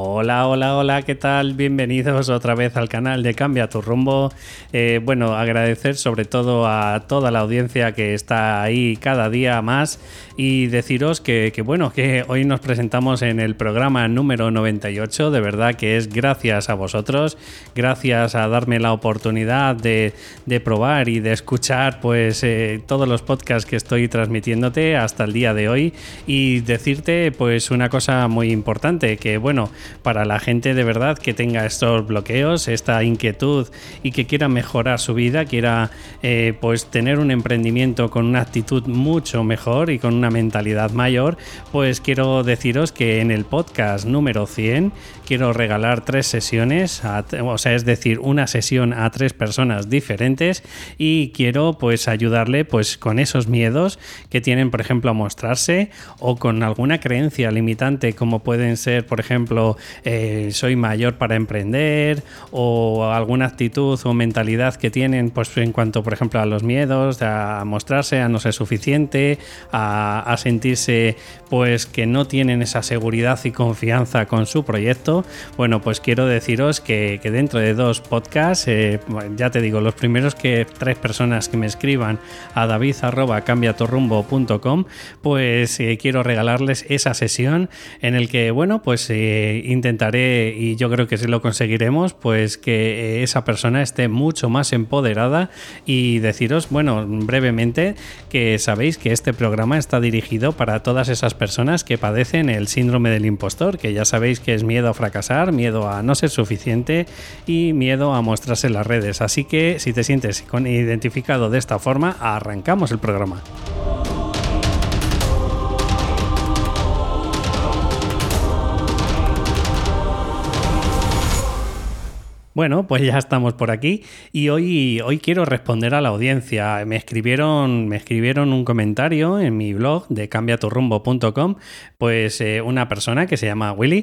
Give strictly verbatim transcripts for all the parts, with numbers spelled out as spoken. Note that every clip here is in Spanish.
Hola, hola, hola, ¿qué tal? Bienvenidos otra vez al canal de Cambia tu Rumbo. Eh, bueno, agradecer sobre todo a toda la audiencia que está ahí cada día más y deciros que, que bueno, que hoy nos presentamos en el programa número noventa y ocho. De verdad que es gracias a vosotros, gracias a darme la oportunidad de, de probar y de escuchar pues eh, todos los podcasts que estoy transmitiéndote hasta el día de hoy, y decirte pues una cosa muy importante, que bueno, para la gente de verdad que tenga estos bloqueos, esta inquietud y que quiera mejorar su vida, quiera eh, pues tener un emprendimiento con una actitud mucho mejor y con una mentalidad mayor, pues quiero deciros que en el podcast número cien quiero regalar tres sesiones, a, o sea, es decir, una sesión a tres personas diferentes, y quiero pues ayudarle pues con esos miedos que tienen, por ejemplo, a mostrarse, o con alguna creencia limitante como pueden ser, por ejemplo, eh, soy mayor para emprender, o alguna actitud o mentalidad que tienen pues en cuanto, por ejemplo, a los miedos, a mostrarse, a no ser suficiente, a, a sentirse pues que no tienen esa seguridad y confianza con su proyecto. Bueno, pues quiero deciros que, que dentro de dos podcasts, eh, ya te digo, los primeros que tres personas que me escriban a david arroba cambia tu rumbo punto com, pues eh, quiero regalarles esa sesión en el que, bueno, pues eh, intentaré, y yo creo que sí lo conseguiremos, pues que eh, esa persona esté mucho más empoderada. Y deciros, bueno, brevemente, que sabéis que este programa está dirigido para todas esas personas que padecen el síndrome del impostor, que ya sabéis que es miedo a fracasar, miedo a no ser suficiente y miedo a mostrarse en las redes. Así que si te sientes identificado de esta forma, arrancamos el programa. Bueno, pues ya estamos por aquí, y hoy, hoy quiero responder a la audiencia. Me escribieron, me escribieron un comentario en mi blog de cambia tu rumbo punto com, pues eh, una persona que se llama Willy,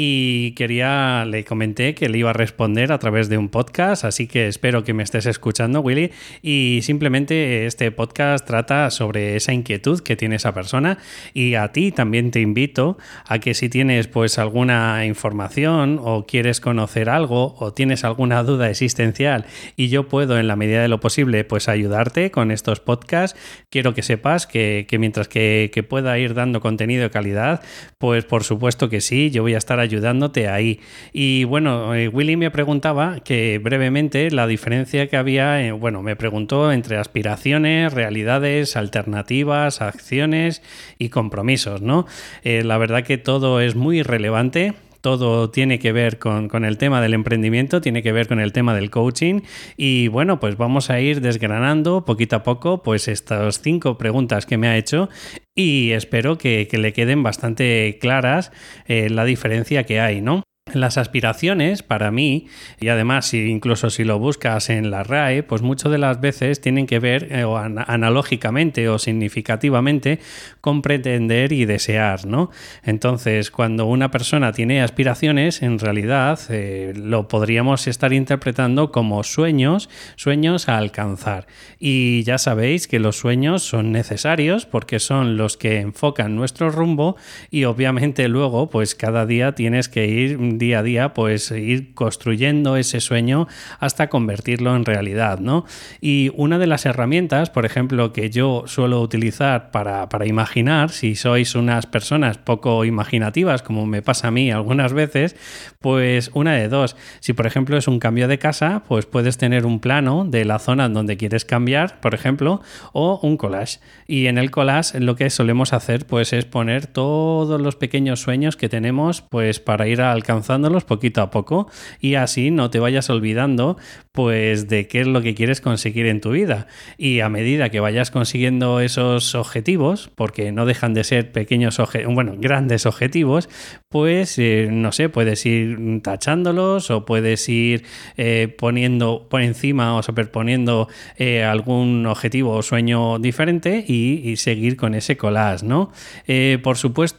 y quería, le comenté que le iba a responder a través de un podcast, así que espero que me estés escuchando, Willy, y simplemente este podcast trata sobre esa inquietud que tiene esa persona, y a ti también te invito a que si tienes pues alguna información o quieres conocer algo o tienes alguna duda existencial y yo puedo en la medida de lo posible pues ayudarte con estos podcasts, quiero que sepas que, que mientras que, que pueda ir dando contenido de calidad, pues por supuesto que sí, yo voy a estar ayudándote ahí. Y bueno, eh, Willy me preguntaba que brevemente la diferencia que había, eh, bueno, me preguntó entre aspiraciones, realidades, alternativas, acciones y compromisos, ¿no? Eh, la verdad que todo es muy relevante. Todo tiene que ver con, con el tema del emprendimiento, tiene que ver con el tema del coaching, y bueno, pues vamos a ir desgranando poquito a poco pues estas cinco preguntas que me ha hecho, y espero que, que le queden bastante claras eh, la diferencia que hay, ¿no? Las aspiraciones, para mí, y además si, incluso si lo buscas en la R A E, pues muchas de las veces tienen que ver eh, o an- analógicamente o significativamente con pretender y desear, ¿no? Entonces, cuando una persona tiene aspiraciones, en realidad eh, lo podríamos estar interpretando como sueños, sueños a alcanzar. Y ya sabéis que los sueños son necesarios porque son los que enfocan nuestro rumbo, y obviamente luego, pues cada día tienes que ir día a día, pues ir construyendo ese sueño hasta convertirlo en realidad, ¿no? Y una de las herramientas, por ejemplo, que yo suelo utilizar para, para imaginar, si sois unas personas poco imaginativas, como me pasa a mí algunas veces, pues una de dos. Si, por ejemplo, es un cambio de casa, pues puedes tener un plano de la zona en donde quieres cambiar, por ejemplo, o un collage. Y en el collage lo que solemos hacer, pues es poner todos los pequeños sueños que tenemos, pues para ir alcanzando poquito a poco, y así no te vayas olvidando pues de qué es lo que quieres conseguir en tu vida. Y a medida que vayas consiguiendo esos objetivos, porque no dejan de ser pequeños objetivos, bueno, grandes objetivos, pues eh, no sé, puedes ir tachándolos, o puedes ir eh, poniendo por encima o superponiendo eh, algún objetivo o sueño diferente, y, y seguir con ese collage, ¿no? Eh, por supuesto,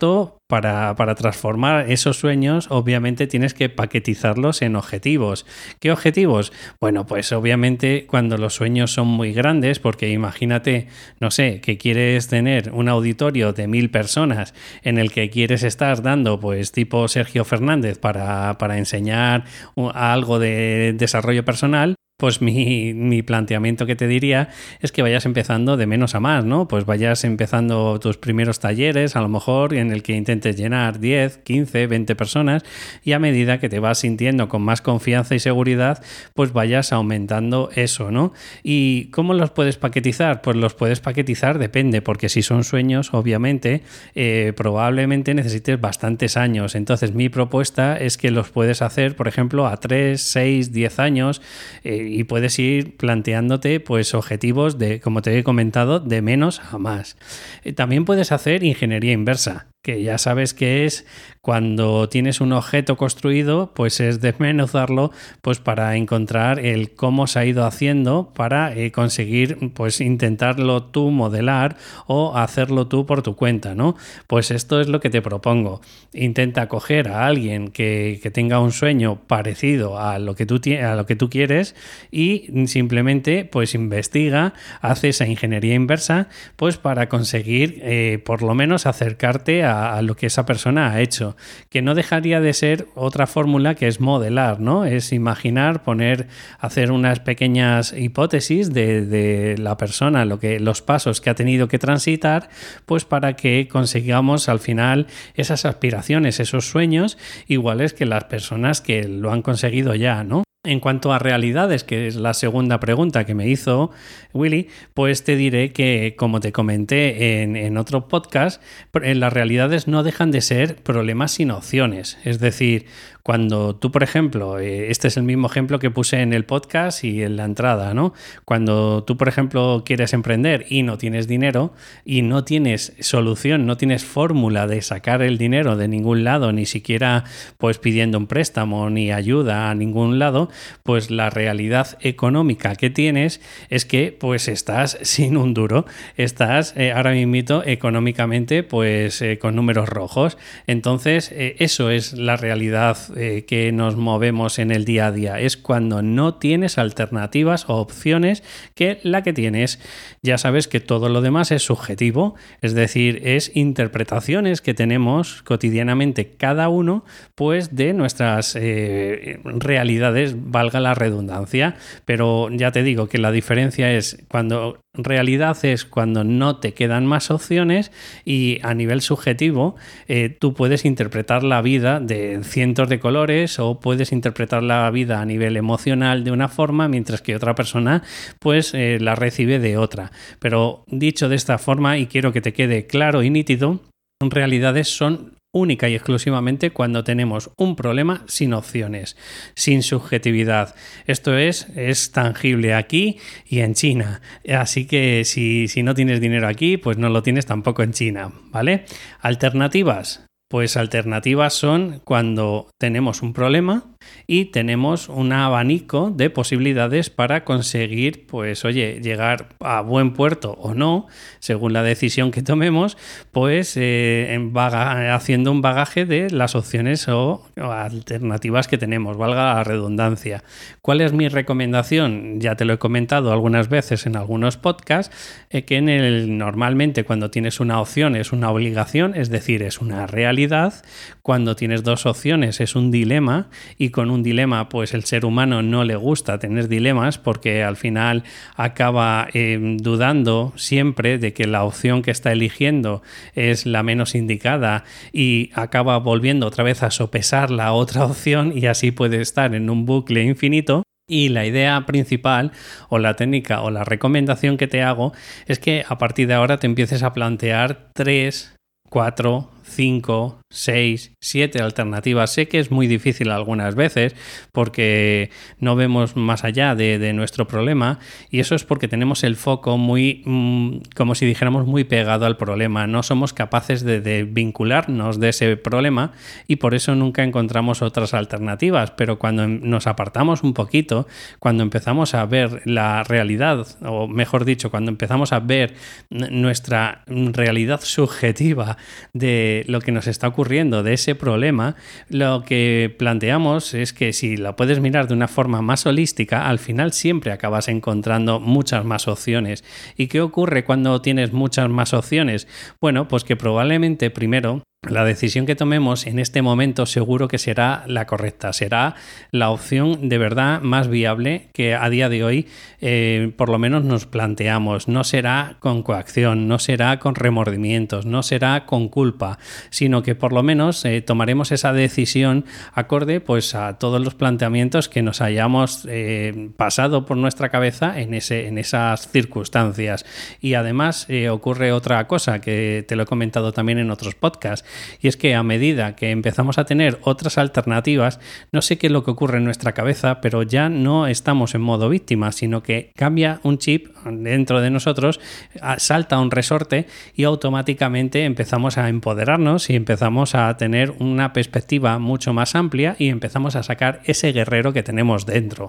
para, para transformar esos sueños, obviamente tienes que paquetizarlos en objetivos. ¿Qué objetivos? Bueno, pues obviamente cuando los sueños son muy grandes, porque imagínate, no sé, que quieres tener un auditorio de mil personas en el que quieres estar dando, pues tipo Sergio Fernández, para, para enseñar algo de desarrollo personal. Pues mi, mi planteamiento que te diría es que vayas empezando de menos a más, ¿no? Pues vayas empezando tus primeros talleres, a lo mejor en el que intentes llenar diez, quince, veinte personas, y a medida que te vas sintiendo con más confianza y seguridad, pues vayas aumentando eso, ¿no? ¿Y cómo los puedes paquetizar? Pues los puedes paquetizar, depende, porque si son sueños, obviamente, eh, probablemente necesites bastantes años. Entonces mi propuesta es que los puedes hacer, por ejemplo, a tres, seis, diez años, eh, y puedes ir planteándote pues objetivos de, como te he comentado, de menos a más. También puedes hacer ingeniería inversa, que ya sabes que es cuando tienes un objeto construido, pues es desmenuzarlo pues para encontrar el cómo se ha ido haciendo para eh, conseguir pues intentarlo tú modelar o hacerlo tú por tu cuenta, ¿no? Pues esto es lo que te propongo. Intenta coger a alguien que, que tenga un sueño parecido a lo que tú, a lo que tú quieres y simplemente pues investiga, hace esa ingeniería inversa pues para conseguir eh, por lo menos acercarte a a lo que esa persona ha hecho, que no dejaría de ser otra fórmula que es modelar, ¿no? Es imaginar, poner, hacer unas pequeñas hipótesis de, de la persona, lo que, los pasos que ha tenido que transitar, pues para que consigamos al final esas aspiraciones, esos sueños, iguales que las personas que lo han conseguido ya, ¿no? En cuanto a realidades, que es la segunda pregunta que me hizo Willy, pues te diré que, como te comenté en, en otro podcast, las realidades no dejan de ser problemas sin opciones. Es decir, cuando tú, por ejemplo, este es el mismo ejemplo que puse en el podcast y en la entrada, ¿no? Cuando tú, por ejemplo, quieres emprender y no tienes dinero y no tienes solución, no tienes fórmula de sacar el dinero de ningún lado, ni siquiera pues pidiendo un préstamo ni ayuda a ningún lado, pues la realidad económica que tienes es que pues estás sin un duro, estás eh, ahora mismo económicamente pues eh, con números rojos. Entonces eh, eso es la realidad eh, que nos movemos en el día a día, es cuando no tienes alternativas o opciones que la que tienes. Ya sabes que todo lo demás es subjetivo, es decir, es interpretaciones que tenemos cotidianamente cada uno pues de nuestras eh, realidades, valga la redundancia, pero ya te digo que la diferencia es cuando realidad es cuando no te quedan más opciones y a nivel subjetivo eh, tú puedes interpretar la vida de cientos de colores o puedes interpretar la vida a nivel emocional de una forma mientras que otra persona pues eh, la recibe de otra. Pero dicho de esta forma, y quiero que te quede claro y nítido, realidades son única y exclusivamente cuando tenemos un problema sin opciones, sin subjetividad. Esto es, es tangible aquí y en China. Así que si, si no tienes dinero aquí, pues no lo tienes tampoco en China, ¿vale? Alternativas. Pues alternativas son cuando tenemos un problema y tenemos un abanico de posibilidades para conseguir, pues oye, llegar a buen puerto o no, según la decisión que tomemos, pues eh, en baga- haciendo un bagaje de las opciones o, o alternativas que tenemos, valga la redundancia. ¿Cuál es mi recomendación? Ya te lo he comentado algunas veces en algunos podcasts, eh, que en el, normalmente cuando tienes una opción es una obligación, es decir, es una realidad. Cuando tienes dos opciones es un dilema, y con un dilema pues el ser humano no le gusta tener dilemas porque al final acaba eh, dudando siempre de que la opción que está eligiendo es la menos indicada y acaba volviendo otra vez a sopesar la otra opción y así puede estar en un bucle infinito. Y la idea principal o la técnica o la recomendación que te hago es que a partir de ahora te empieces a plantear tres, cuatro, cinco, seis, siete alternativas. Sé que es muy difícil algunas veces porque no vemos más allá de, de nuestro problema, y eso es porque tenemos el foco muy, mmm, como si dijéramos, muy pegado al problema. No somos capaces de, de vincularnos de ese problema y por eso nunca encontramos otras alternativas. Pero cuando nos apartamos un poquito, cuando empezamos a ver la realidad, o mejor dicho, cuando empezamos a ver nuestra realidad subjetiva holística de lo que nos está ocurriendo, de ese problema, lo que planteamos es que si la puedes mirar de una forma más holística, al final siempre acabas encontrando muchas más opciones. ¿Y qué ocurre cuando tienes muchas más opciones? Bueno, pues que probablemente primero la decisión que tomemos en este momento seguro que será la correcta, será la opción de verdad más viable que a día de hoy eh, por lo menos nos planteamos. No será con coacción, no será con remordimientos, no será con culpa, sino que por lo menos eh, tomaremos esa decisión acorde pues a todos los planteamientos que nos hayamos eh, pasado por nuestra cabeza en, ese, en esas circunstancias. Y además eh, ocurre otra cosa que te lo he comentado también en otros podcasts. Y es que a medida que empezamos a tener otras alternativas, no sé qué es lo que ocurre en nuestra cabeza, pero ya no estamos en modo víctima, sino que cambia un chip dentro de nosotros, salta un resorte y automáticamente empezamos a empoderarnos y empezamos a tener una perspectiva mucho más amplia y empezamos a sacar ese guerrero que tenemos dentro.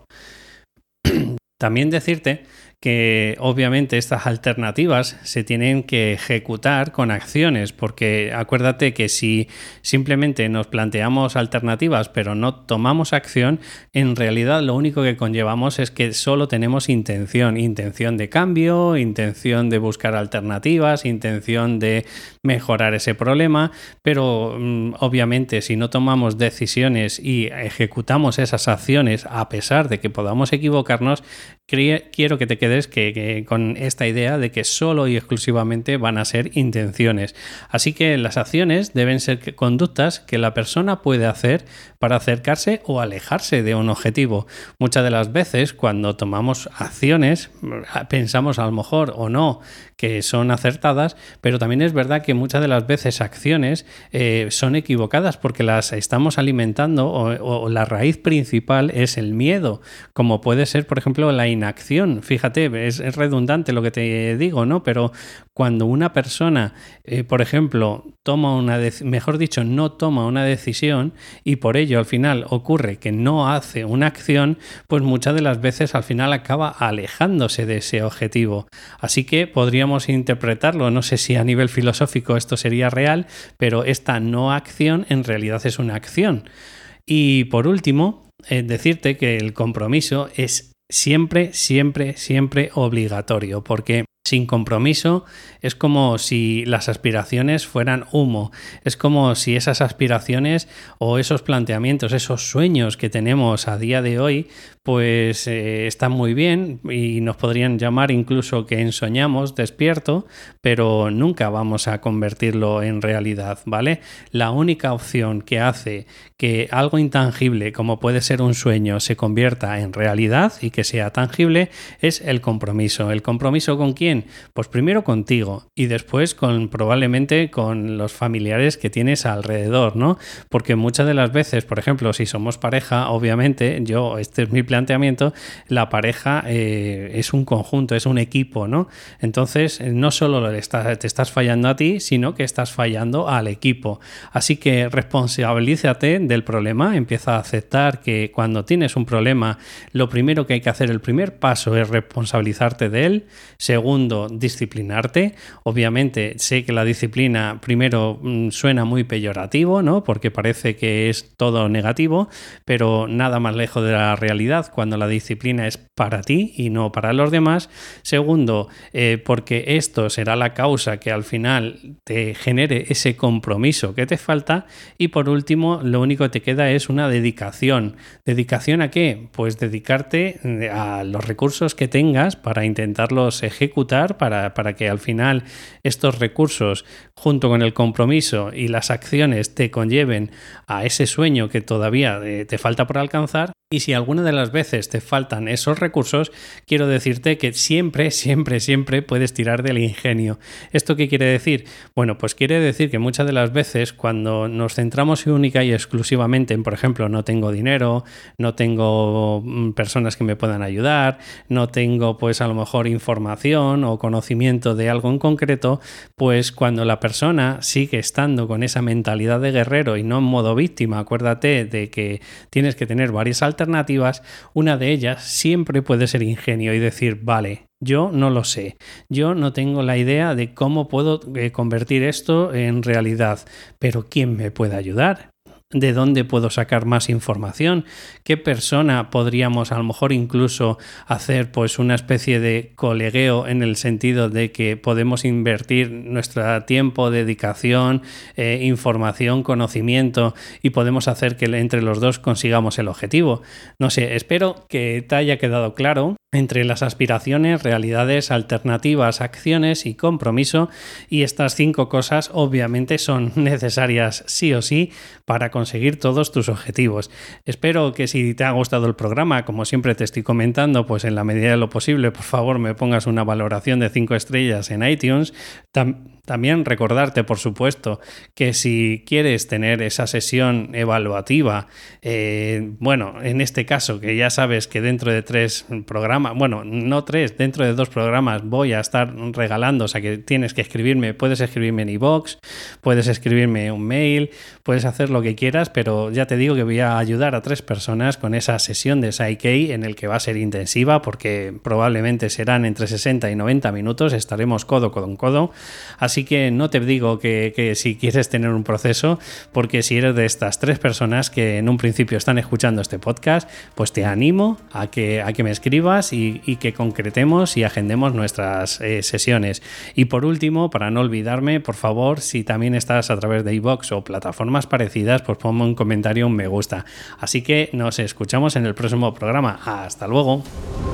También decirte que obviamente estas alternativas se tienen que ejecutar con acciones, porque acuérdate que si simplemente nos planteamos alternativas pero no tomamos acción, en realidad lo único que conllevamos es que solo tenemos intención, intención de cambio, intención de buscar alternativas, intención de mejorar ese problema, pero mm, obviamente si no tomamos decisiones y ejecutamos esas acciones a pesar de que podamos equivocarnos, quiero que te quedes que, que con esta idea de que solo y exclusivamente van a ser intenciones. Así que las acciones deben ser conductas que la persona puede hacer para acercarse o alejarse de un objetivo. Muchas de las veces cuando tomamos acciones pensamos a lo mejor o no que son acertadas, pero también es verdad que muchas de las veces acciones eh, son equivocadas porque las estamos alimentando o, o la raíz principal es el miedo, como puede ser por ejemplo la inacción. Fíjate, es, es redundante lo que te digo, ¿no? Pero cuando una persona, eh, por ejemplo, toma una, de- mejor dicho, no toma una decisión y por ello al final ocurre que no hace una acción, pues muchas de las veces al final acaba alejándose de ese objetivo. Así que podríamos interpretarlo, no sé si a nivel filosófico esto sería real, pero esta no acción en realidad es una acción. Y por último, eh, decirte que el compromiso es siempre, siempre, siempre obligatorio, porque sin compromiso es como si las aspiraciones fueran humo, es como si esas aspiraciones o esos planteamientos, esos sueños que tenemos a día de hoy, pues eh, están muy bien y nos podrían llamar incluso que ensoñamos despierto, pero nunca vamos a convertirlo en realidad, ¿vale? La única opción que hace que algo intangible como puede ser un sueño se convierta en realidad y que sea tangible es el compromiso. ¿El compromiso con quién? Pues primero contigo y después con probablemente con los familiares que tienes alrededor, ¿no? Porque muchas de las veces, por ejemplo, si somos pareja, obviamente, yo, este es mi planteamiento, la pareja eh, es un conjunto, es un equipo, ¿no? Entonces, no solo le estás, te estás fallando a ti, sino que estás fallando al equipo. Así que responsabilízate del problema, empieza a aceptar que cuando tienes un problema, lo primero que hay que hacer, el primer paso es responsabilizarte de él. Segundo, disciplinarte. Obviamente sé que la disciplina primero mmm, suena muy peyorativo, ¿no? Porque parece que es todo negativo, pero nada más lejos de la realidad cuando la disciplina es para ti y no para los demás. Segundo, eh, porque esto será la causa que al final te genere ese compromiso que te falta. Y por último, lo único que te queda es una dedicación. ¿Dedicación a qué? Pues dedicarte a los recursos que tengas para intentarlos ejecutar Para, para que al final estos recursos junto con el compromiso y las acciones te conlleven a ese sueño que todavía eh, te falta por alcanzar. Y si alguna de las veces te faltan esos recursos, quiero decirte que siempre, siempre, siempre puedes tirar del ingenio. ¿Esto qué quiere decir? Bueno, pues quiere decir que muchas de las veces cuando nos centramos única y exclusivamente en, por ejemplo, no tengo dinero, no tengo personas que me puedan ayudar, no tengo pues a lo mejor información o conocimiento de algo en concreto, pues cuando la persona sigue estando con esa mentalidad de guerrero y no en modo víctima, acuérdate de que tienes que tener varias alternativas, Una de ellas siempre puede ser ingenio y decir, vale, yo no lo sé, yo no tengo la idea de cómo puedo eh, convertir esto en realidad, pero ¿quién me puede ayudar? ¿De dónde puedo sacar más información? ¿Qué persona podríamos a lo mejor incluso hacer pues una especie de colegueo en el sentido de que podemos invertir nuestro tiempo, dedicación, eh, información, conocimiento y podemos hacer que entre los dos consigamos el objetivo? No sé, espero que te haya quedado claro entre las aspiraciones, realidades, alternativas, acciones y compromiso, y estas cinco cosas obviamente son necesarias sí o sí para conseguir todos tus objetivos. Espero que si te ha gustado el programa, como siempre te estoy comentando, pues en la medida de lo posible, por favor me pongas una valoración de cinco estrellas en iTunes. Tam- También recordarte, por supuesto, que si quieres tener esa sesión evaluativa, eh, bueno, en este caso, que ya sabes que dentro de tres programas, bueno, no tres, dentro de dos programas voy a estar regalando, o sea que tienes que escribirme, puedes escribirme en iVoox, puedes escribirme un mail, puedes hacer lo que quieras, pero ya te digo que voy a ayudar a tres personas con esa sesión de Psyche en el que va a ser intensiva porque probablemente serán entre sesenta y noventa minutos, estaremos codo con codo, así que no te digo que, que si quieres tener un proceso, porque si eres de estas tres personas que en un principio están escuchando este podcast, pues te animo a que, a que me escribas y, y que concretemos y agendemos nuestras eh, sesiones. Y por último, para no olvidarme, por favor, si también estás a través de iVoox o plataformas parecidas, pues ponme un comentario, un me gusta. Así que nos escuchamos en el próximo programa. Hasta luego.